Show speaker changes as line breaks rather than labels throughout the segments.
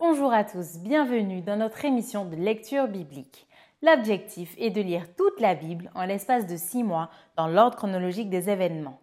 Bonjour à tous, bienvenue dans notre émission de lecture biblique. L'objectif est de lire toute la Bible en l'espace de 6 mois dans l'ordre chronologique des événements.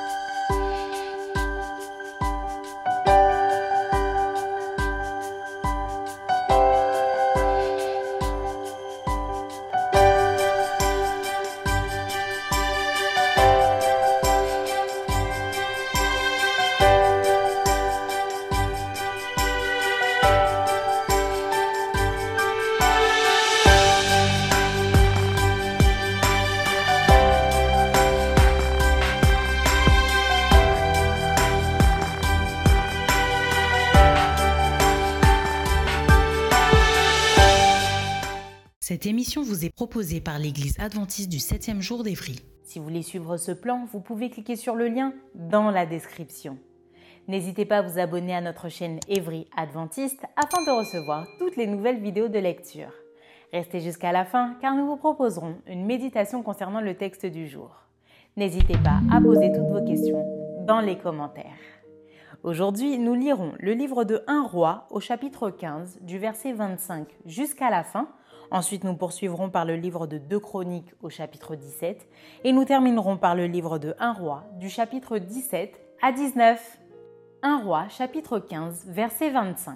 Cette émission vous est proposée par l'Église adventiste du 7e jour d'Évry.
Si vous voulez suivre ce plan, vous pouvez cliquer sur le lien dans la description. N'hésitez pas à vous abonner à notre chaîne Évry Adventiste afin de recevoir toutes les nouvelles vidéos de lecture. Restez jusqu'à la fin car nous vous proposerons une méditation concernant le texte du jour. N'hésitez pas à poser toutes vos questions dans les commentaires. Aujourd'hui, nous lirons le livre de 1 Roi au chapitre 15 du verset 25 jusqu'à la fin. Ensuite, nous poursuivrons par le livre de 2 Chroniques au chapitre 17 et nous terminerons par le livre de 1 Roi du chapitre 17 à 19. 1 Roi chapitre 15 verset 25.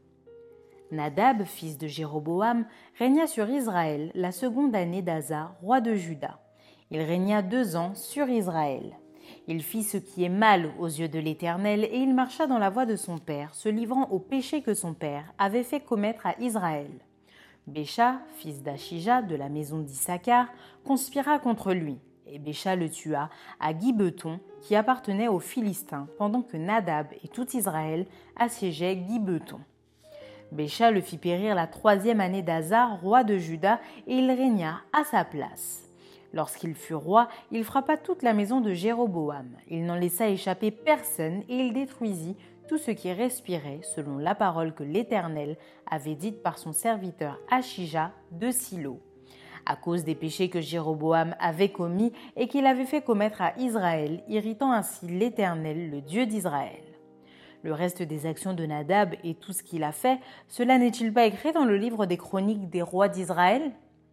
Nadab, fils de Jéroboam, régna sur Israël la seconde année d'Asa, roi de Juda. Il régna 2 ans sur Israël. Il fit ce qui est mal aux yeux de l'Éternel et il marcha dans la voie de son père, se livrant au péché que son père avait fait commettre à Israël. Bécha, fils d'Achija de la maison d'Issachar, conspira contre lui, et Bécha le tua à Gibeton, qui appartenait aux Philistins, pendant que Nadab et tout Israël assiégeaient Gibeton. Bécha le fit périr la 3e année d'Asa, roi de Juda, et il régna à sa place. Lorsqu'il fut roi, il frappa toute la maison de Jéroboam. Il n'en laissa échapper personne, et il détruisit tout ce qui respirait, selon la parole que l'Éternel avait dite par son serviteur Achija de Silo, à cause des péchés que Jéroboam avait commis et qu'il avait fait commettre à Israël, irritant ainsi l'Éternel, le Dieu d'Israël. Le reste des actions de Nadab et tout ce qu'il a fait, cela n'est-il pas écrit dans le livre des Chroniques des rois d'Israël ?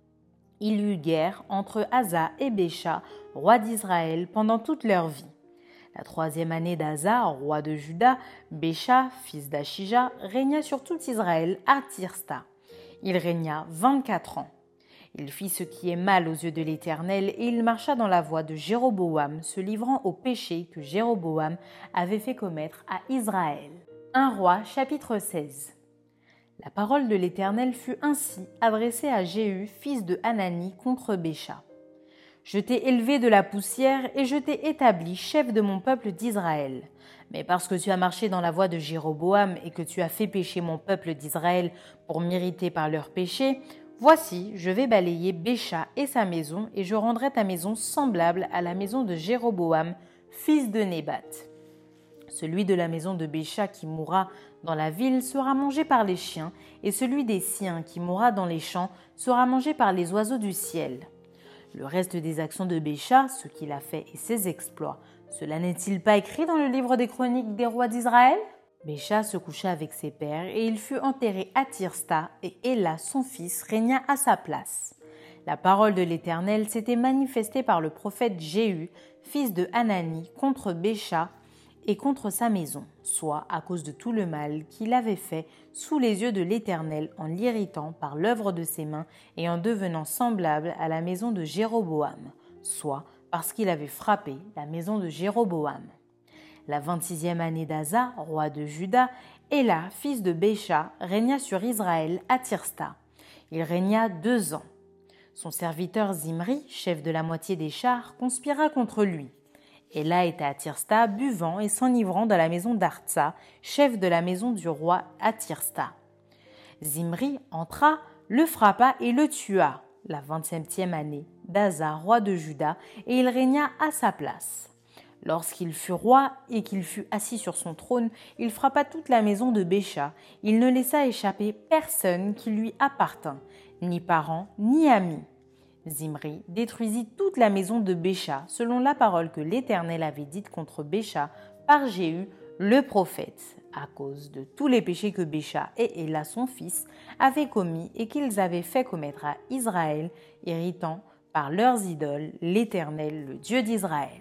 Il y eut guerre entre Asa et Bécha, rois d'Israël, pendant toute leur vie. La 3e année d'Asa, roi de Juda, Bécha, fils d'Achija, régna sur tout Israël à Tirsta. Il régna 24 ans. Il fit ce qui est mal aux yeux de l'Éternel et il marcha dans la voie de Jéroboam, se livrant au péché que Jéroboam avait fait commettre à Israël. 1 Roi, chapitre 16. La parole de l'Éternel fut ainsi adressée à Jéhu, fils de Hanani, contre Bécha. Je t'ai élevé de la poussière et je t'ai établi chef de mon peuple d'Israël. Mais parce que tu as marché dans la voie de Jéroboam et que tu as fait pécher mon peuple d'Israël pour m'irriter par leurs péchés, voici, je vais balayer Bécha et sa maison et je rendrai ta maison semblable à la maison de Jéroboam, fils de Nébat. Celui de la maison de Bécha qui mourra dans la ville sera mangé par les chiens et celui des siens qui mourra dans les champs sera mangé par les oiseaux du ciel. Le reste des actions de Bécha, ce qu'il a fait et ses exploits, cela n'est-il pas écrit dans le livre des Chroniques des rois d'Israël ? Bécha se coucha avec ses pères et il fut enterré à Tirsta et Éla, son fils, régna à sa place. La parole de l'Éternel s'était manifestée par le prophète Jéhu, fils de Hanani, contre Bécha et contre sa maison, soit à cause de tout le mal qu'il avait fait sous les yeux de l'Éternel en l'irritant par l'œuvre de ses mains et en devenant semblable à la maison de Jéroboam, soit parce qu'il avait frappé la maison de Jéroboam. La 26e année d'Asa, roi de Juda, Éla, fils de Bécha, régna sur Israël à Tirsta. Il régna 2 ans. Son serviteur Zimri, chef de la moitié des chars, conspira contre lui. Éla était à Tirsta, buvant et s'enivrant dans la maison d'Artsa, chef de la maison du roi à Tirsta. Zimri entra, le frappa et le tua, la 27e année d'Asa, roi de Juda, et il régna à sa place. Lorsqu'il fut roi et qu'il fut assis sur son trône, il frappa toute la maison de Bécha. Il ne laissa échapper personne qui lui appartint, ni parent, ni ami. Zimri détruisit toute la maison de Bécha, selon la parole que l'Éternel avait dite contre Bécha par Jéhu, le prophète, à cause de tous les péchés que Bécha et Éla son fils avaient commis et qu'ils avaient fait commettre à Israël, irritant par leurs idoles l'Éternel, le Dieu d'Israël.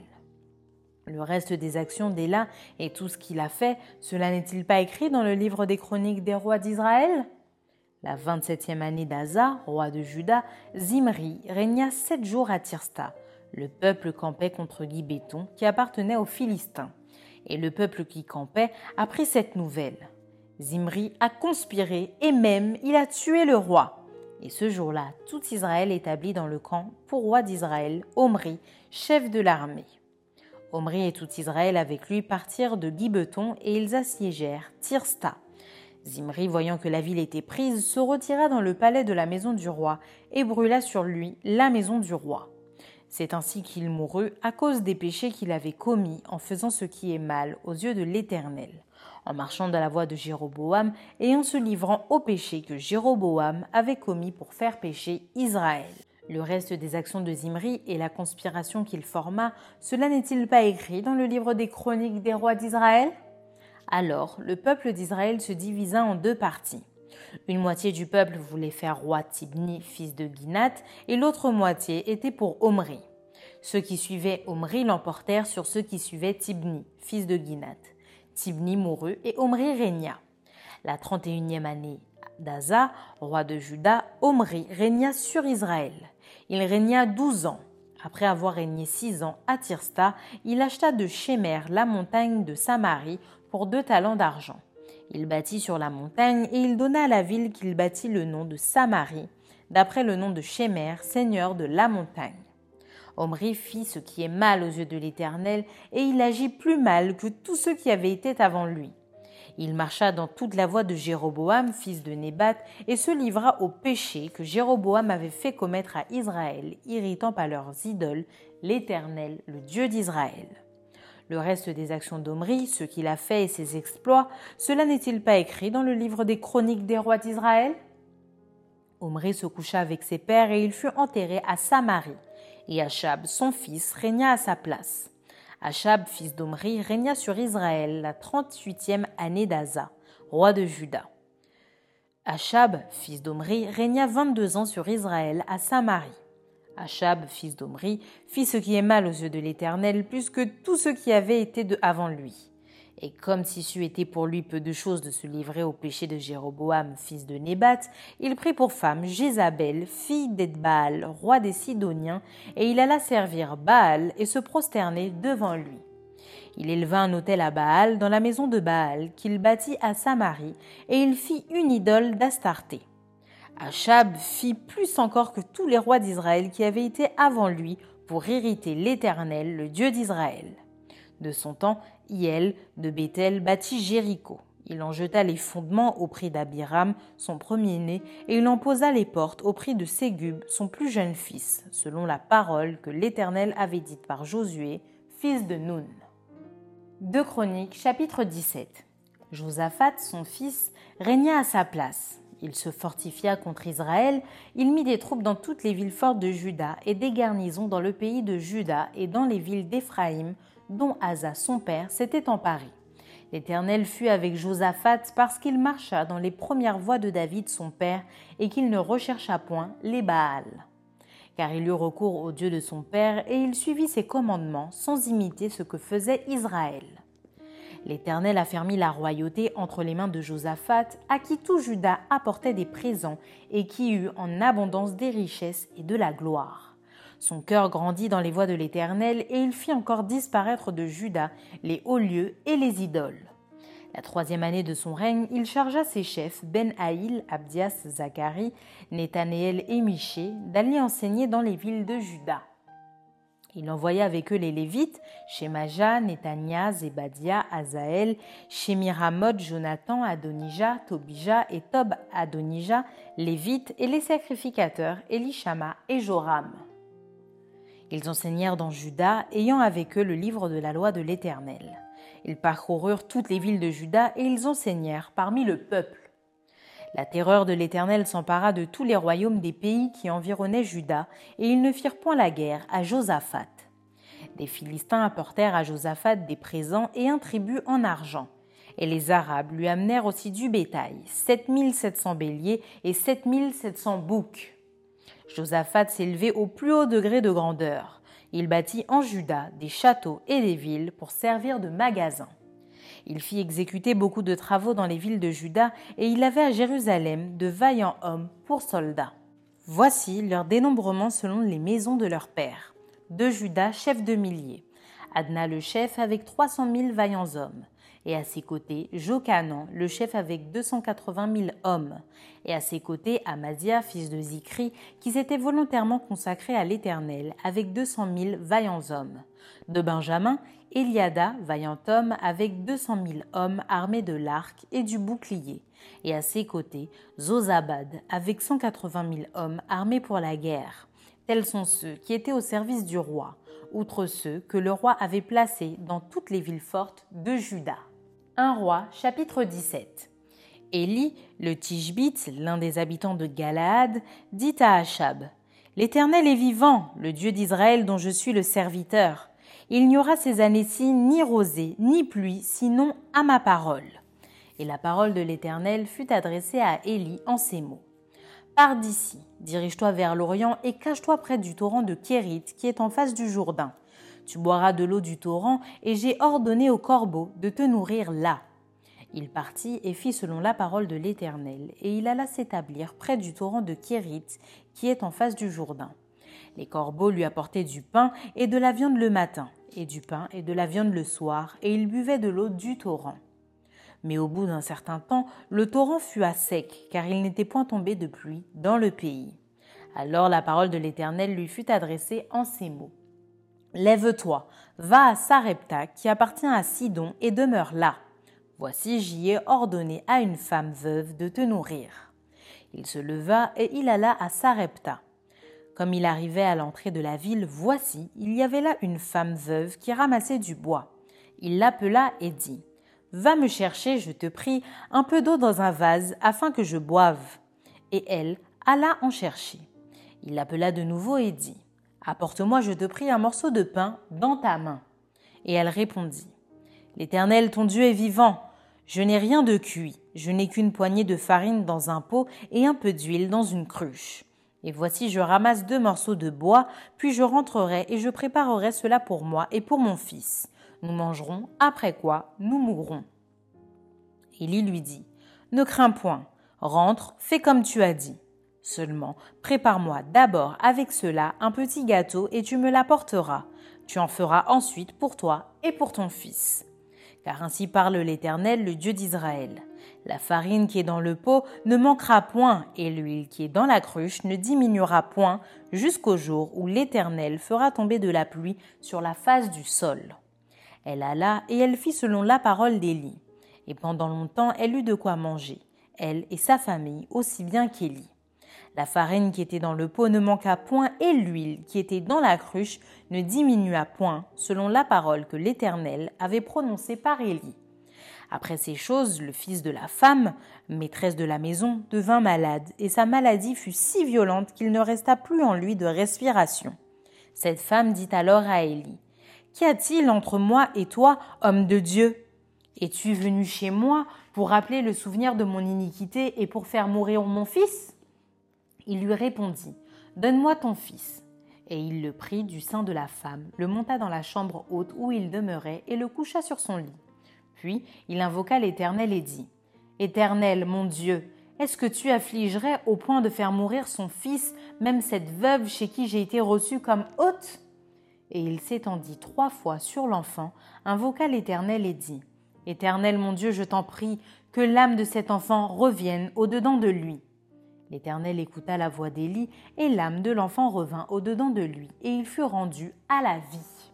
Le reste des actions d'Éla et tout ce qu'il a fait, cela n'est-il pas écrit dans le livre des chroniques des rois d'Israël ? La 27e année d'Asa, roi de Juda, Zimri régna 7 jours à Tirsta. Le peuple campait contre Gibéton, qui appartenait aux Philistins. Et le peuple qui campait apprit cette nouvelle. Zimri a conspiré et même il a tué le roi. Et ce jour-là, tout Israël établit dans le camp pour roi d'Israël, Omri, chef de l'armée. Omri et tout Israël avec lui partirent de Gibéton et ils assiégèrent Tirsta. Zimri, voyant que la ville était prise, se retira dans le palais de la maison du roi et brûla sur lui la maison du roi. C'est ainsi qu'il mourut à cause des péchés qu'il avait commis en faisant ce qui est mal aux yeux de l'Éternel, en marchant dans la voie de Jéroboam et en se livrant aux péchés que Jéroboam avait commis pour faire pécher Israël. Le reste des actions de Zimri et la conspiration qu'il forma, cela n'est-il pas écrit dans le livre des chroniques des rois d'Israël ? Alors, le peuple d'Israël se divisa en 2 parties. Une moitié du peuple voulait faire roi Tibni, fils de Ginath, et l'autre moitié était pour Omri. Ceux qui suivaient Omri l'emportèrent sur ceux qui suivaient Tibni, fils de Ginath. Tibni mourut et Omri régna. La 31e année d'Asa, roi de Juda, Omri régna sur Israël. Il régna 12 ans. Après avoir régné 6 ans à Tirsta, il acheta de Shemer la montagne de Samarie pour 2 talents d'argent. Il bâtit sur la montagne et il donna à la ville qu'il bâtit le nom de Samarie, d'après le nom de Shemer, seigneur de la montagne. Omri fit ce qui est mal aux yeux de l'Éternel et il agit plus mal que tous ceux qui avaient été avant lui. Il marcha dans toute la voie de Jéroboam, fils de Nébat, et se livra au péché que Jéroboam avait fait commettre à Israël, irritant par leurs idoles l'Éternel, le Dieu d'Israël. Le reste des actions d'Omri, ce qu'il a fait et ses exploits, cela n'est-il pas écrit dans le livre des chroniques des rois d'Israël ? Omri se coucha avec ses pères et il fut enterré à Samarie. Et Achab, son fils, régna à sa place. Achab, fils d'Omri, régna sur Israël la 38e année d'Asa, roi de Juda. Achab, fils d'Omri, régna 22 ans sur Israël à Samarie. Achab, fils d'Omri, fit ce qui est mal aux yeux de l'Éternel, plus que tous ceux qui avaient été avant lui. Et comme si c'eût été pour lui peu de choses de se livrer au péché de Jéroboam, fils de Nébat, il prit pour femme Jézabel, fille d'Edbaal, roi des Sidoniens, et il alla servir Baal et se prosterner devant lui. Il éleva un autel à Baal dans la maison de Baal, qu'il bâtit à Samarie, et il fit une idole d'Astarté. Achab fit plus encore que tous les rois d'Israël qui avaient été avant lui pour irriter l'Éternel, le Dieu d'Israël. De son temps, Hiel de Béthel bâtit Jéricho. Il en jeta les fondements au prix d'Abiram, son premier-né, et il en posa les portes au prix de Ségub, son plus jeune fils, selon la parole que l'Éternel avait dite par Josué, fils de Nun. 2 Chroniques, chapitre 17. Josaphat, son fils, régna à sa place. Il se fortifia contre Israël, il mit des troupes dans toutes les villes fortes de Juda et des garnisons dans le pays de Juda et dans les villes d'Éphraïm, dont Asa, son père, s'était emparé. L'Éternel fut avec Josaphat parce qu'il marcha dans les premières voies de David, son père, et qu'il ne rechercha point les Baals. Car il eut recours au Dieu de son père et il suivit ses commandements sans imiter ce que faisait Israël. L'Éternel affermit la royauté entre les mains de Josaphat, à qui tout Juda apportait des présents et qui eut en abondance des richesses et de la gloire. Son cœur grandit dans les voies de l'Éternel et il fit encore disparaître de Juda les hauts lieux et les idoles. La 3e année de son règne, il chargea ses chefs Ben-Haïl, Abdias, Zacharie, Nethanéel et Miché d'aller enseigner dans les villes de Juda. Il envoya avec eux les Lévites, Shemaja, Netania, Zébadia, Azaël, Shemiramoth, Jonathan, Adonija, Tobija et Tob-Adonija, Lévites et les sacrificateurs Élishama et Joram. Ils enseignèrent dans Juda, ayant avec eux le livre de la loi de l'Éternel. Ils parcoururent toutes les villes de Juda et ils enseignèrent parmi le peuple. La terreur de l'Éternel s'empara de tous les royaumes des pays qui environnaient Juda, et ils ne firent point la guerre à Josaphat. Des Philistins apportèrent à Josaphat des présents et un tribut en argent. Et les Arabes lui amenèrent aussi du bétail, 7700 béliers et 7700 boucs. Josaphat s'élevait au plus haut degré de grandeur. Il bâtit en Juda des châteaux et des villes pour servir de magasins. Il fit exécuter beaucoup de travaux dans les villes de Juda et il avait à Jérusalem de vaillants hommes pour soldats. Voici leur dénombrement selon les maisons de leurs pères. De Juda, chef de milliers. Adna le chef avec 300 000 vaillants hommes. Et à ses côtés, Jochanan, le chef avec 280 000 hommes. Et à ses côtés, Amasia, fils de Zikri, qui s'était volontairement consacré à l'Éternel, avec 200 000 vaillants hommes. De Benjamin, Eliada, vaillant homme, avec 200 000 hommes armés de l'arc et du bouclier. Et à ses côtés, Zozabad, avec 180 000 hommes armés pour la guerre. Tels sont ceux qui étaient au service du roi, outre ceux que le roi avait placés dans toutes les villes fortes de Juda. 1 Roi, chapitre 17. Élie, le Tishbite, l'un des habitants de Galaad, dit à Achab : « L'Éternel est vivant, le Dieu d'Israël dont je suis le serviteur. Il n'y aura ces années-ci ni rosée, ni pluie, sinon à ma parole. » Et la parole de l'Éternel fut adressée à Élie en ces mots. « Pars d'ici, dirige-toi vers l'Orient et cache-toi près du torrent de Kérit qui est en face du Jourdain. Tu boiras de l'eau du torrent et j'ai ordonné aux corbeaux de te nourrir là. » Il partit et fit selon la parole de l'Éternel, et il alla s'établir près du torrent de Kérit qui est en face du Jourdain. Les corbeaux lui apportaient du pain et de la viande le matin, et du pain et de la viande le soir, et il buvait de l'eau du torrent. Mais au bout d'un certain temps, le torrent fut à sec, car il n'était point tombé de pluie dans le pays. Alors la parole de l'Éternel lui fut adressée en ces mots. « Lève-toi, va à Sarepta, qui appartient à Sidon, et demeure là. Voici, j'y ai ordonné à une femme veuve de te nourrir. » Il se leva et il alla à Sarepta. Comme il arrivait à l'entrée de la ville, voici, il y avait là une femme veuve qui ramassait du bois. Il l'appela et dit : « Va me chercher, je te prie, un peu d'eau dans un vase, afin que je boive. » Et elle alla en chercher. Il l'appela de nouveau et dit : « Apporte-moi, je te prie, un morceau de pain dans ta main. » Et elle répondit : « L'Éternel, ton Dieu, est vivant. Je n'ai rien de cuit, je n'ai qu'une poignée de farine dans un pot et un peu d'huile dans une cruche. Et voici, je ramasse 2 morceaux de bois, puis je rentrerai et je préparerai cela pour moi et pour mon fils. Nous mangerons, après quoi nous mourrons. » Élie lui dit : « Ne crains point, rentre, fais comme tu as dit. Seulement, prépare-moi d'abord avec cela un petit gâteau et tu me l'apporteras. Tu en feras ensuite pour toi et pour ton fils. Car ainsi parle l'Éternel, le Dieu d'Israël. La farine qui est dans le pot ne manquera point et l'huile qui est dans la cruche ne diminuera point jusqu'au jour où l'Éternel fera tomber de la pluie sur la face du sol. » Elle alla et elle fit selon la parole d'Élie. Et pendant longtemps, elle eut de quoi manger, elle et sa famille, aussi bien qu'Élie. La farine qui était dans le pot ne manqua point et l'huile qui était dans la cruche ne diminua point, selon la parole que l'Éternel avait prononcée par Élie. Après ces choses, le fils de la femme, maîtresse de la maison, devint malade, et sa maladie fut si violente qu'il ne resta plus en lui de respiration. Cette femme dit alors à Élie : « Qu'y a-t-il entre moi et toi, homme de Dieu ? Es-tu venu chez moi pour rappeler le souvenir de mon iniquité et pour faire mourir mon fils ?» Il lui répondit : « Donne-moi ton fils. » Et il le prit du sein de la femme, le monta dans la chambre haute où il demeurait et le coucha sur son lit. Puis il invoqua l'Éternel et dit : « Éternel, mon Dieu, est-ce que tu affligerais au point de faire mourir son fils, même cette veuve chez qui j'ai été reçu comme hôte ?» Et il s'étendit 3 fois sur l'enfant, invoqua l'Éternel et dit : « Éternel, mon Dieu, je t'en prie, que l'âme de cet enfant revienne au-dedans de lui. » L'Éternel écouta la voix d'Élie, et l'âme de l'enfant revint au-dedans de lui, et il fut rendu à la vie.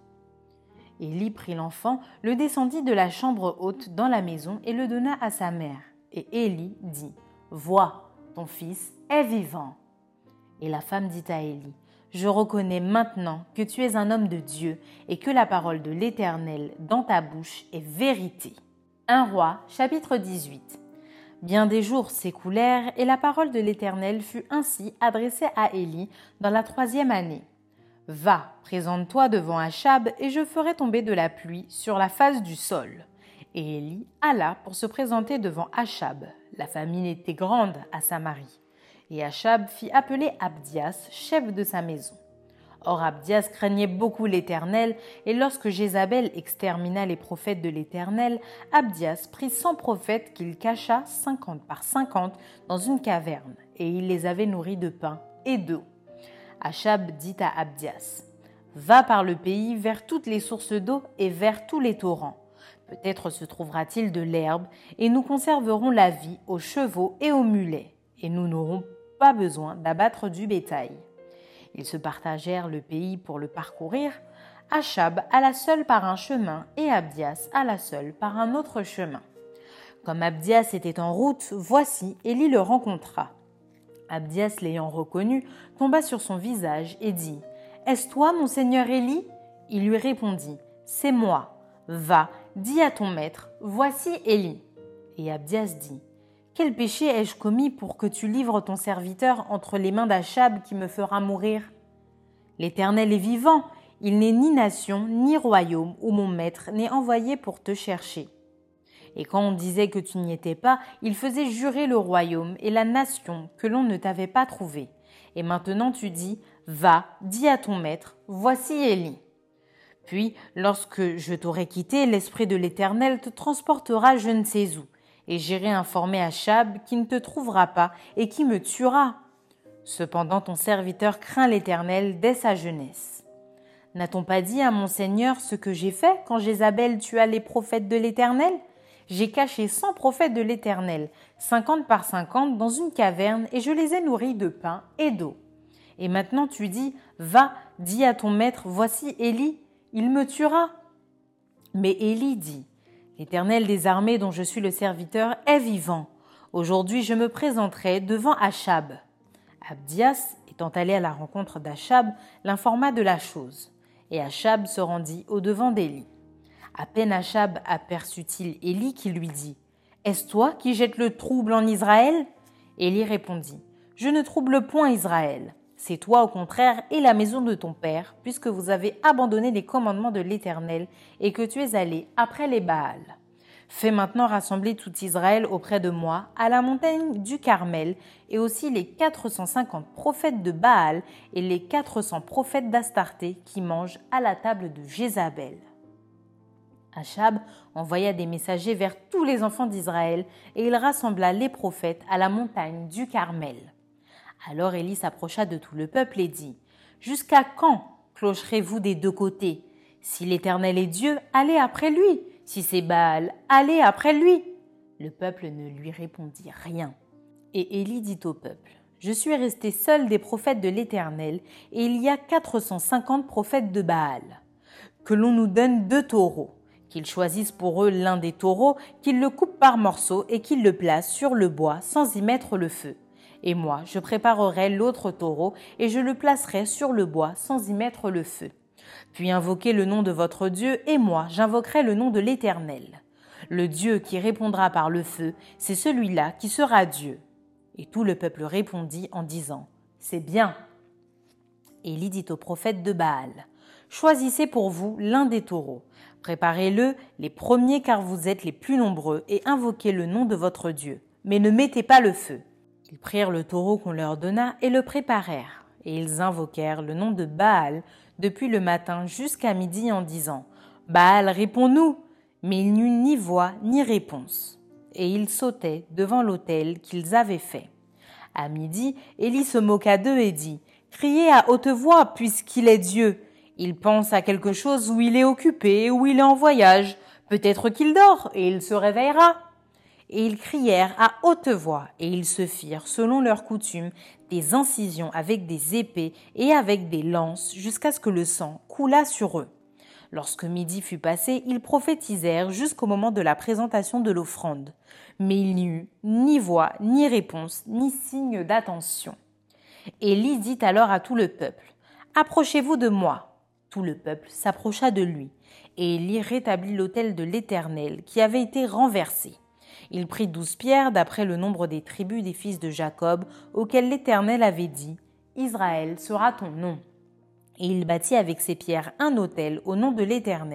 Élie prit l'enfant, le descendit de la chambre haute dans la maison et le donna à sa mère. Et Élie dit : « Vois, ton fils est vivant. » Et la femme dit à Élie : « Je reconnais maintenant que tu es un homme de Dieu et que la parole de l'Éternel dans ta bouche est vérité. » 1 Roi, chapitre 18. Bien des jours s'écoulèrent et la parole de l'Éternel fut ainsi adressée à Élie dans la 3e année. « Va, présente-toi devant Achab et je ferai tomber de la pluie sur la face du sol. » Et Élie alla pour se présenter devant Achab. La famine était grande à Samarie. Et Achab fit appeler Abdias, chef de sa maison. Or Abdias craignait beaucoup l'Éternel, et lorsque Jézabel extermina les prophètes de l'Éternel, Abdias prit 100 prophètes qu'il cacha 50 par 50 dans une caverne, et il les avait nourris de pain et d'eau. Achab dit à Abdias, « Va par le pays vers toutes les sources d'eau et vers tous les torrents. Peut-être se trouvera-t-il de l'herbe, et nous conserverons la vie aux chevaux et aux mulets, et nous n'aurons pas besoin d'abattre du bétail. » Ils se partagèrent le pays pour le parcourir. Achab alla seul par un chemin et Abdias alla seul par un autre chemin. Comme Abdias était en route, voici, Élie le rencontra. Abdias, l'ayant reconnu, tomba sur son visage et dit « Est-ce toi, mon seigneur Élie ?» Il lui répondit « C'est moi. Va, dis à ton maître, voici Élie. » Et Abdias dit « Quel péché ai-je commis pour que tu livres ton serviteur entre les mains d'Achab qui me fera mourir ? L'Éternel est vivant, il n'est ni nation ni royaume où mon maître n'est envoyé pour te chercher. » Et quand on disait que tu n'y étais pas, il faisait jurer le royaume et la nation que l'on ne t'avait pas trouvé. Et maintenant tu dis « Va, dis à ton maître, voici Élie. » Puis, lorsque je t'aurai quitté, l'Esprit de l'Éternel te transportera je ne sais où, et j'irai informer Achab qui ne te trouvera pas et qui me tuera. Cependant ton serviteur craint l'Éternel dès sa jeunesse. N'a-t-on pas dit à mon Seigneur ce que j'ai fait quand Jézabel tua les prophètes de l'Éternel ? J'ai caché 100 prophètes de l'Éternel, 50 par 50 dans une caverne, et je les ai nourris de pain et d'eau. Et maintenant tu dis, va, dis à ton maître, voici Élie, il me tuera. Mais Élie dit, l'Éternel des armées dont je suis le serviteur est vivant. Aujourd'hui je me présenterai devant Achab. Abdias, étant allé à la rencontre d'Achab, l'informa de la chose. Et Achab se rendit au-devant d'Élie. À peine Achab aperçut-il Élie qui lui dit « Est-ce toi qui jettes le trouble en Israël ?» Élie répondit « Je ne trouble point Israël. C'est toi au contraire et la maison de ton père, puisque vous avez abandonné les commandements de l'Éternel et que tu es allé après les Baals. Fais maintenant rassembler tout Israël auprès de moi à la montagne du Carmel et aussi les 450 prophètes de Baal et les 400 prophètes d'Astarté qui mangent à la table de Jézabel. » Achab envoya des messagers vers tous les enfants d'Israël et il rassembla les prophètes à la montagne du Carmel. Alors Élie s'approcha de tout le peuple et dit « Jusqu'à quand clocherez-vous des deux côtés ? Si l'Éternel est Dieu, allez après lui. Si c'est Baal, allez après lui. » Le peuple ne lui répondit rien. Et Élie dit au peuple « Je suis resté seul des prophètes de l'Éternel et il y a 450 prophètes de Baal. Que l'on nous donne 2 taureaux. Qu'ils choisissent pour eux l'un des taureaux, qu'ils le coupent par morceaux et qu'ils le placent sur le bois sans y mettre le feu. Et moi, je préparerai l'autre taureau et je le placerai sur le bois sans y mettre le feu. Puis invoquez le nom de votre Dieu et moi, j'invoquerai le nom de l'Éternel. Le Dieu qui répondra par le feu, c'est celui-là qui sera Dieu. » Et tout le peuple répondit en disant « C'est bien. » Élie dit aux prophètes de Baal « Choisissez pour vous l'un des taureaux. Préparez-le, les premiers car vous êtes les plus nombreux, et invoquez le nom de votre Dieu. Mais ne mettez pas le feu. » Ils prirent le taureau qu'on leur donna et le préparèrent. Et ils invoquèrent le nom de Baal depuis le matin jusqu'à midi en disant « Baal, réponds-nous » Mais il n'y eut ni voix ni réponse. Et ils sautaient devant l'autel qu'ils avaient fait. À midi, Élie se moqua d'eux et dit « Criez à haute voix puisqu'il est Dieu. Il pense à quelque chose où il est occupé, où il est en voyage. Peut-être qu'il dort et il se réveillera. » Et ils crièrent à haute voix, et ils se firent, selon leur coutume, des incisions avec des épées et avec des lances, jusqu'à ce que le sang coulât sur eux. Lorsque midi fut passé, ils prophétisèrent jusqu'au moment de la présentation de l'offrande. Mais il n'y eut ni voix, ni réponse, ni signe d'attention. Élie dit alors à tout le peuple, « Approchez-vous de moi. » Tout le peuple s'approcha de lui, et Élie rétablit l'autel de l'Éternel qui avait été renversé. Il prit 12 pierres d'après le nombre des tribus des fils de Jacob, auxquelles l'Éternel avait dit « Israël sera ton nom ». Et il bâtit avec ces pierres un autel au nom de l'Éternel.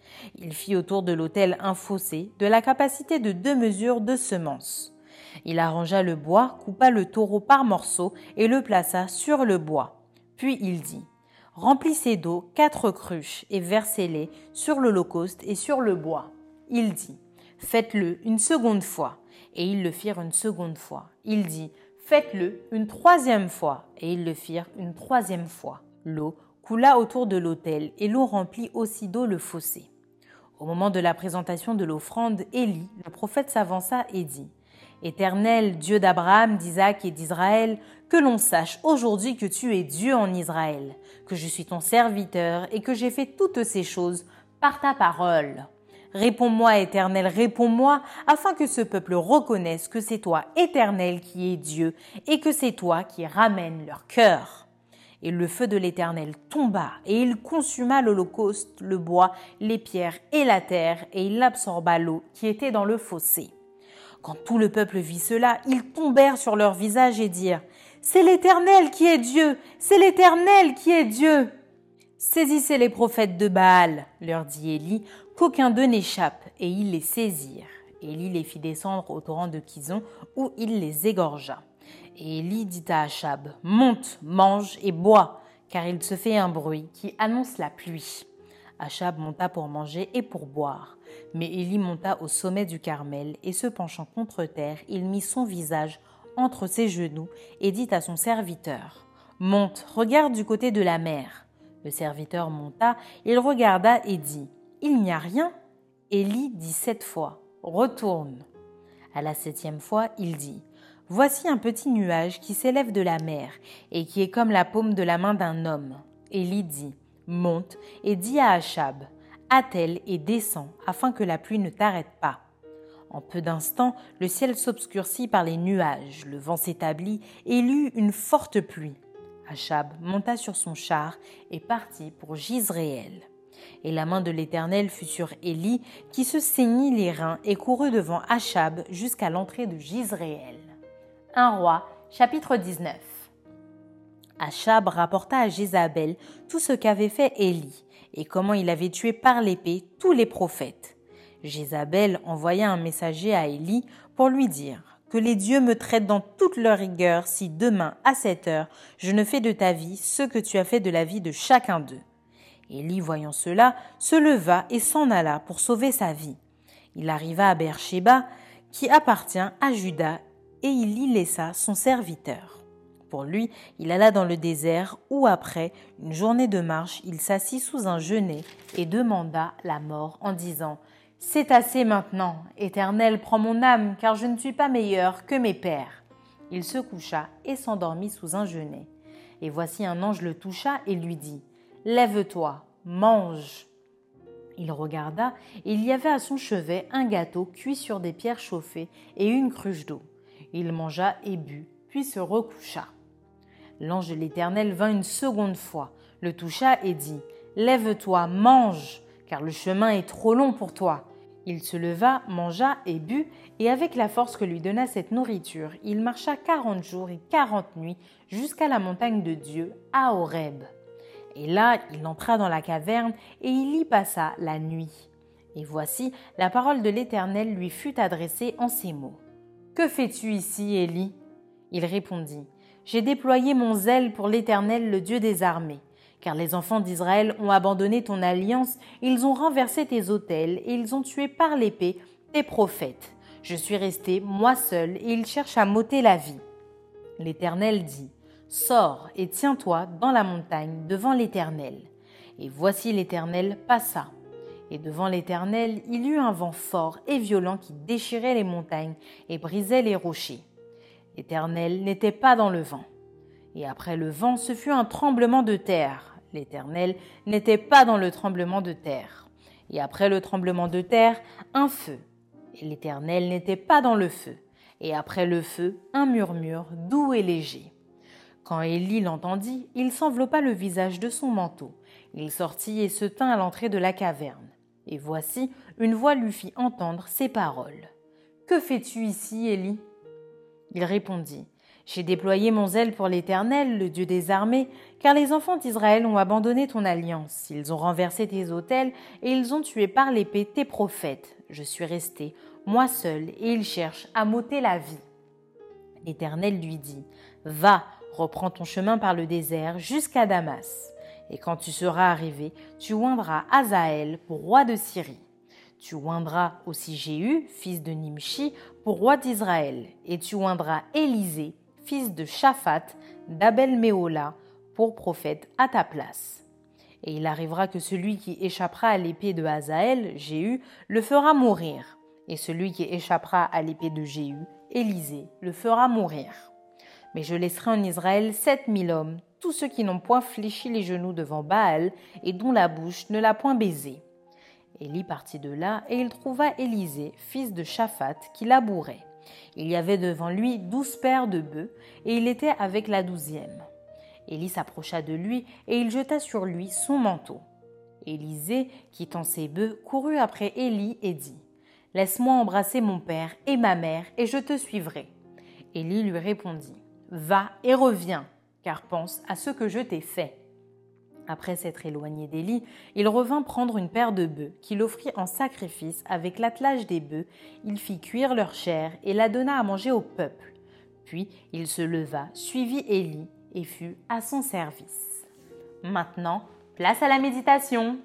Il fit autour de l'autel un fossé de la capacité de 2 mesures de semences. Il arrangea le bois, coupa le taureau par morceaux et le plaça sur le bois. Puis il dit « Remplissez d'eau 4 cruches et versez-les sur l'holocauste et sur le bois. » Il dit « Faites-le une seconde fois. » Et ils le firent une seconde fois. Il dit « Faites-le une troisième fois. » Et ils le firent une troisième fois. L'eau coula autour de l'autel et l'eau remplit aussitôt le fossé. Au moment de la présentation de l'offrande, Élie, le prophète, s'avança et dit « Éternel, Dieu d'Abraham, d'Isaac et d'Israël, que l'on sache aujourd'hui que tu es Dieu en Israël, que je suis ton serviteur et que j'ai fait toutes ces choses par ta parole. Réponds-moi, Éternel, réponds-moi, afin que ce peuple reconnaisse que c'est toi, Éternel, qui es Dieu, et que c'est toi qui ramènes leur cœur. » Et le feu de l'Éternel tomba, et il consuma l'holocauste, le bois, les pierres et la terre, et il absorba l'eau qui était dans le fossé. Quand tout le peuple vit cela, ils tombèrent sur leur visage et dirent « C'est l'Éternel qui est Dieu, c'est l'Éternel qui est Dieu !» « Saisissez les prophètes de Baal, leur dit Élie, qu'aucun d'eux n'échappe, et ils les saisirent. Élie les fit descendre au torrent de Kison, où il les égorgea. Et Élie dit à Achab, « Monte, mange et bois, car il se fait un bruit qui annonce la pluie. » Achab monta pour manger et pour boire. Mais Élie monta au sommet du Carmel, et se penchant contre terre, il mit son visage entre ses genoux, et dit à son serviteur, « Monte, regarde du côté de la mer. » Le serviteur monta, il regarda et dit, « Il n'y a rien. » Élie dit 7 fois, « Retourne. » À la 7e fois, il dit, « Voici un petit nuage qui s'élève de la mer et qui est comme la paume de la main d'un homme. » Élie dit, « Monte et dis à Achab, attelle et descends afin que la pluie ne t'arrête pas. » En peu d'instants, le ciel s'obscurcit par les nuages, le vent s'établit et il y eut une forte pluie. Achab monta sur son char et partit pour Jizréel. Et la main de l'Éternel fut sur Élie, qui se ceignit les reins et courut devant Achab jusqu'à l'entrée de Jizréel. 1 Roi, chapitre 19. Achab rapporta à Jézabel tout ce qu'avait fait Élie et comment il avait tué par l'épée tous les prophètes. Jézabel envoya un messager à Élie pour lui dire « Que les dieux me traitent dans toute leur rigueur si demain, à 7 heures, je ne fais de ta vie ce que tu as fait de la vie de chacun d'eux. » Élie, voyant cela, se leva et s'en alla pour sauver sa vie. Il arriva à Beer-Shéba, qui appartient à Juda, et il y laissa son serviteur. Pour lui, il alla dans le désert où, après une journée de marche, il s'assit sous un genêt et demanda la mort en disant « C'est assez maintenant, Éternel, prends mon âme, car je ne suis pas meilleur que mes pères. » Il se coucha et s'endormit sous un genêt. Et voici un ange le toucha et lui dit « Lève-toi, mange. » Il regarda et il y avait à son chevet un gâteau cuit sur des pierres chauffées et une cruche d'eau. Il mangea et but, puis se recoucha. L'ange de l'Éternel vint une seconde fois, le toucha et dit « Lève-toi, mange, car le chemin est trop long pour toi. » Il se leva, mangea et but, et avec la force que lui donna cette nourriture, il marcha 40 jours et 40 nuits jusqu'à la montagne de Dieu, à Horeb. Et là, il entra dans la caverne et il y passa la nuit. Et voici, la parole de l'Éternel lui fut adressée en ces mots. « Que fais-tu ici, Élie » Il répondit, « J'ai déployé mon zèle pour l'Éternel, le Dieu des armées. Car les enfants d'Israël ont abandonné ton alliance, ils ont renversé tes autels et ils ont tué par l'épée tes prophètes. Je suis resté, moi seul, et ils cherchent à m'ôter la vie. » L'Éternel dit, « Sors et tiens-toi dans la montagne devant l'Éternel. » Et voici l'Éternel passa. Et devant l'Éternel, il y eut un vent fort et violent qui déchirait les montagnes et brisait les rochers. L'Éternel n'était pas dans le vent. Et après le vent, ce fut un tremblement de terre. L'Éternel n'était pas dans le tremblement de terre. Et après le tremblement de terre, un feu. Et l'Éternel n'était pas dans le feu. Et après le feu, un murmure doux et léger. Quand Élie l'entendit, il s'enveloppa le visage de son manteau. Il sortit et se tint à l'entrée de la caverne. Et voici, une voix lui fit entendre ces paroles. « Que fais-tu ici, Élie » Il répondit, « J'ai déployé mon zèle pour l'Éternel, le Dieu des armées, car les enfants d'Israël ont abandonné ton alliance. Ils ont renversé tes autels et ils ont tué par l'épée tes prophètes. Je suis resté, moi seul, et ils cherchent à m'ôter la vie. » L'Éternel lui dit, « Va, reprends ton chemin par le désert jusqu'à Damas. Et quand tu seras arrivé, tu oindras Hazaël pour roi de Syrie. Tu oindras aussi Jéhu, fils de Nimshi, pour roi d'Israël. Et tu oindras Élisée, fils de Shaphat, d'Abel-Méhola, pour prophète à ta place. Et il arrivera que celui qui échappera à l'épée de Hazaël, Jéhu, le fera mourir. Et celui qui échappera à l'épée de Jéhu, Élisée, le fera mourir. Mais je laisserai en Israël 7000 hommes, tous ceux qui n'ont point fléchi les genoux devant Baal et dont la bouche ne l'a point baisé. » Élie partit de là, et il trouva Élisée, fils de Shaphat, qui labourait. Il y avait devant lui 12 paires de bœufs, et il était avec la 12e. Élie s'approcha de lui, et il jeta sur lui son manteau. Élisée, quittant ses bœufs, courut après Élie et dit, « Laisse-moi embrasser mon père et ma mère, et je te suivrai. » Élie lui répondit, « Va et reviens, car pense à ce que je t'ai fait. » Après s'être éloigné d'Élie, il revint prendre une paire de bœufs qu'il offrit en sacrifice avec l'attelage des bœufs. Il fit cuire leur chair et la donna à manger au peuple. Puis il se leva, suivit Élie et fut à son service. Maintenant, place à la méditation.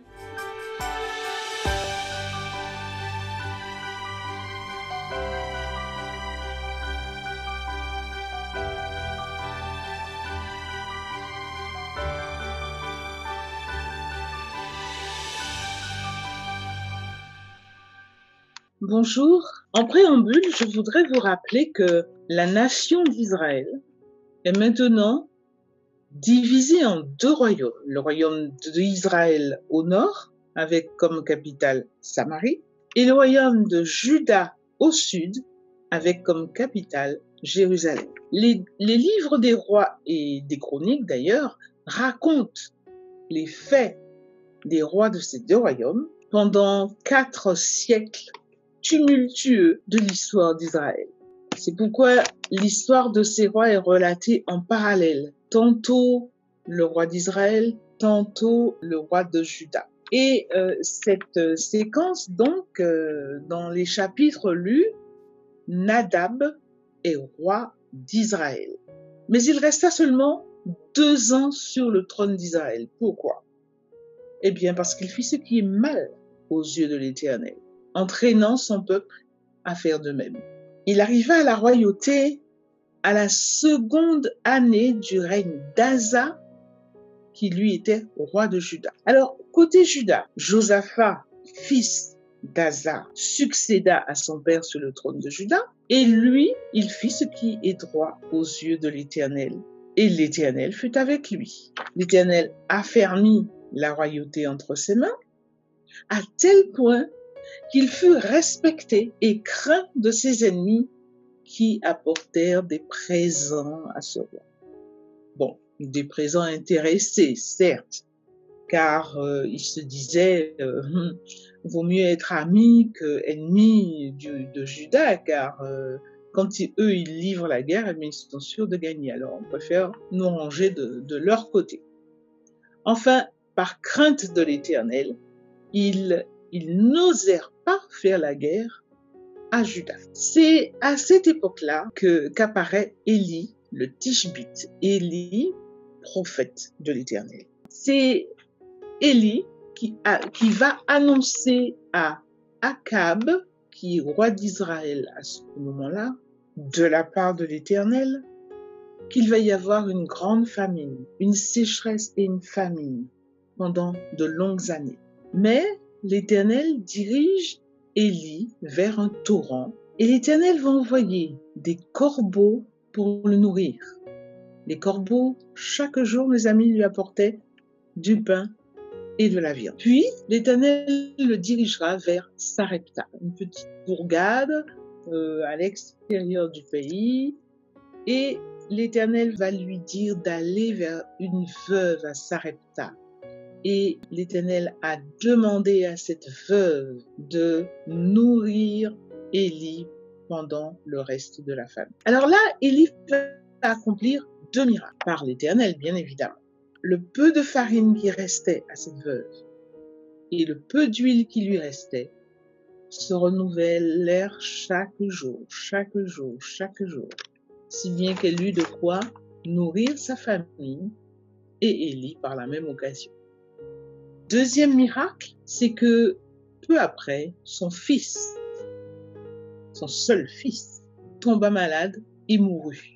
Bonjour. En préambule, je voudrais vous rappeler que la nation d'Israël est maintenant divisée en deux royaumes. Le royaume d'Israël au nord, avec comme capitale Samarie, et le royaume de Juda au sud, avec comme capitale Jérusalem. Les livres des rois et des chroniques, d'ailleurs, racontent les faits des rois de ces deux royaumes pendant 4 siècles tumultueux de l'histoire d'Israël. C'est pourquoi l'histoire de ces rois est relatée en parallèle, tantôt le roi d'Israël, tantôt le roi de Juda. Et cette séquence, donc, dans les chapitres lus, Nadab est roi d'Israël. Mais il resta seulement 2 ans sur le trône d'Israël. Pourquoi? Eh bien, parce qu'il fit ce qui est mal aux yeux de l'Éternel, entraînant son peuple à faire de même. Il arriva à la royauté à la 2e année du règne d'Asa, qui lui était roi de Juda. Alors, côté Juda, Josaphat, fils d'Asa, succéda à son père sur le trône de Juda, et lui, il fit ce qui est droit aux yeux de l'Éternel. Et l'Éternel fut avec lui. L'Éternel affermit la royauté entre ses mains, à tel point qu'il fut respecté et craint de ses ennemis qui apportèrent des présents à ce roi. Bon, des présents intéressés, certes, car il se disait vaut mieux être ami que ennemi de Juda, car quand eux ils livrent la guerre, ils sont sûrs de gagner. Alors on préfère nous ranger de leur côté. Enfin, par crainte de l'Éternel, ils n'osèrent pas faire la guerre à Juda. C'est à cette époque-là qu'apparaît Élie, le Tishbite, Élie, prophète de l'Éternel. C'est Élie qui va annoncer à Akab, qui est roi d'Israël à ce moment-là, de la part de l'Éternel, qu'il va y avoir une grande famine, une sécheresse et une famine pendant de longues années. Mais l'Éternel dirige Élie vers un torrent et l'Éternel va envoyer des corbeaux pour le nourrir. Les corbeaux, chaque jour, mes amis, lui apportaient du pain et de la viande. Puis, l'Éternel le dirigera vers Sarepta, une petite bourgade à l'extérieur du pays, et l'Éternel va lui dire d'aller vers une veuve à Sarepta. Et l'Éternel a demandé à cette veuve de nourrir Élie pendant le reste de la famine. Alors là, Élie va à accomplir 2 miracles, par l'Éternel, bien évidemment. Le peu de farine qui restait à cette veuve et le peu d'huile qui lui restait se renouvellèrent chaque jour, chaque jour, chaque jour, si bien qu'elle eut de quoi nourrir sa famille et Élie par la même occasion. Deuxième miracle, c'est que peu après, son fils, son seul fils, tomba malade et mourut.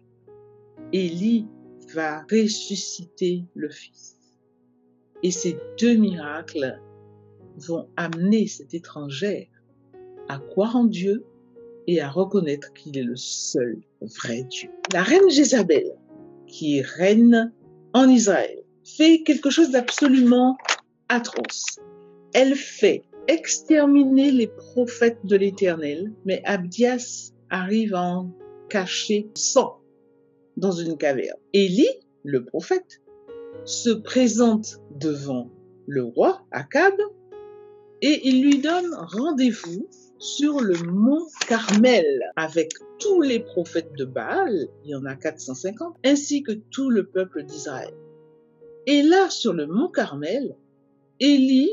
Élie va ressusciter le fils. Et ces 2 miracles vont amener cette étrangère à croire en Dieu et à reconnaître qu'il est le seul vrai Dieu. La reine Jézabel, qui est reine en Israël, fait quelque chose d'absolument atroce. Elle fait exterminer les prophètes de l'Éternel, mais Abdias arrive à en cacher 100 dans une caverne. Élie, le prophète, se présente devant le roi Akab et il lui donne rendez-vous sur le mont Carmel avec tous les prophètes de Baal, il y en a 450, ainsi que tout le peuple d'Israël. Et là, sur le mont Carmel, Élie,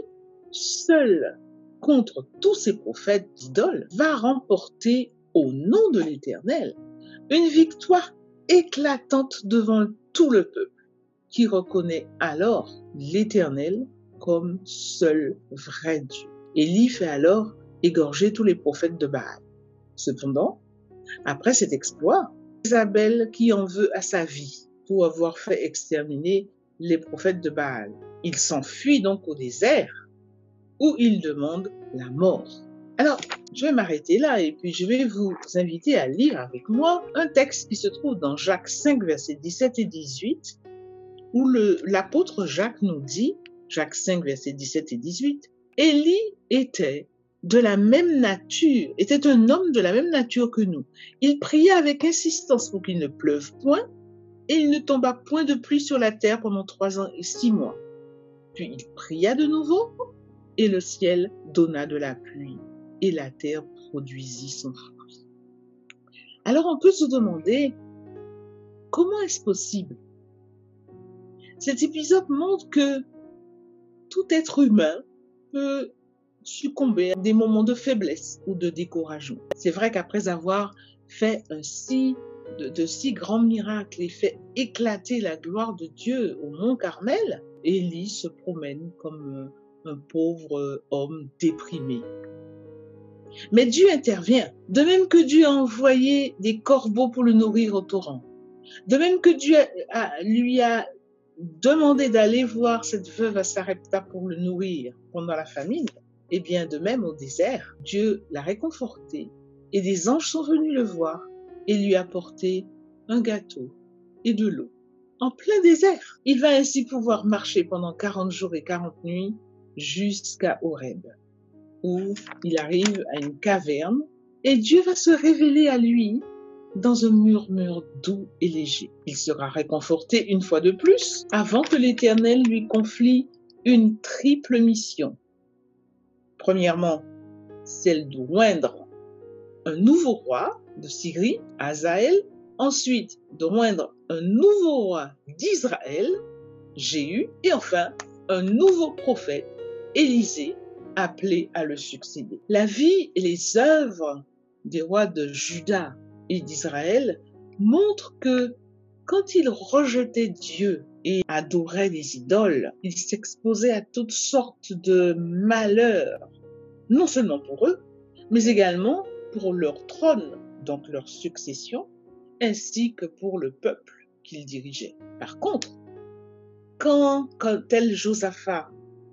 seul contre tous ces prophètes d'idoles, va remporter au nom de l'Éternel une victoire éclatante devant tout le peuple, qui reconnaît alors l'Éternel comme seul vrai Dieu. Élie fait alors égorger tous les prophètes de Baal. Cependant, après cet exploit, Jézabel qui en veut à sa vie pour avoir fait exterminer les prophètes de Baal. Il s'enfuit donc au désert où il demande la mort. Alors, je vais m'arrêter là et puis je vais vous inviter à lire avec moi un texte qui se trouve dans Jacques 5, versets 17 et 18, où l'apôtre Jacques nous dit, Jacques 5, versets 17 et 18, Élie était de la même nature, était un homme de la même nature que nous. Il pria avec insistance pour qu'il ne pleuve point, et il ne tomba point de pluie sur la terre pendant 3 ans et 6 mois. Puis il pria de nouveau, et le ciel donna de la pluie, et la terre produisit son fruit. Alors on peut se demander, comment est-ce possible? Cet épisode montre que tout être humain peut succomber à des moments de faiblesse ou de découragement. C'est vrai qu'après avoir fait de si grands miracles et fait éclater la gloire de Dieu au mont Carmel, Élie se promène comme un pauvre homme déprimé. Mais Dieu intervient, de même que Dieu a envoyé des corbeaux pour le nourrir au torrent, de même que Dieu lui a demandé d'aller voir cette veuve à Sarepta pour le nourrir pendant la famine, et bien de même au désert, Dieu l'a réconforté et des anges sont venus le voir et lui apporter un gâteau et de l'eau. En plein désert, il va ainsi pouvoir marcher pendant 40 jours et 40 nuits jusqu'à Horeb, où il arrive à une caverne et Dieu va se révéler à lui dans un murmure doux et léger. Il sera réconforté une fois de plus avant que l'Éternel lui confie une triple mission. Premièrement, celle de oindre un nouveau roi de Syrie, Hazaël. Ensuite, de oindre un nouveau roi d'Israël, Jéhu. Et enfin, un nouveau prophète, Élisée, appelé à le succéder. La vie et les œuvres des rois de Juda et d'Israël montrent que quand ils rejetaient Dieu et adoraient les idoles, ils s'exposaient à toutes sortes de malheurs, non seulement pour eux, mais également pour leur trône, donc leur succession, ainsi que pour le peuple qu'ils dirigeaient. Par contre, quand tel Josaphat,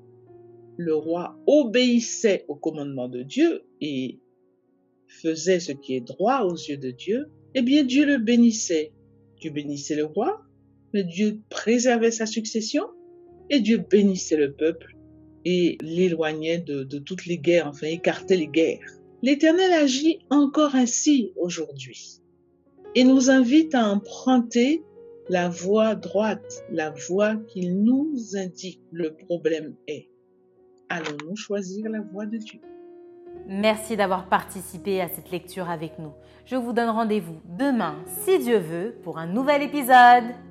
le roi, obéissait au commandement de Dieu et faisait ce qui est droit aux yeux de Dieu, eh bien Dieu le bénissait. Dieu bénissait le roi, mais Dieu préservait sa succession et Dieu bénissait le peuple et l'éloignait de toutes les guerres, enfin écartait les guerres. L'Éternel agit encore ainsi aujourd'hui et nous invite à emprunter la voie droite, la voie qu'il nous indique. Le problème est, allons-nous choisir la voie de Dieu?
Merci d'avoir participé à cette lecture avec nous. Je vous donne rendez-vous demain, si Dieu veut, pour un nouvel épisode.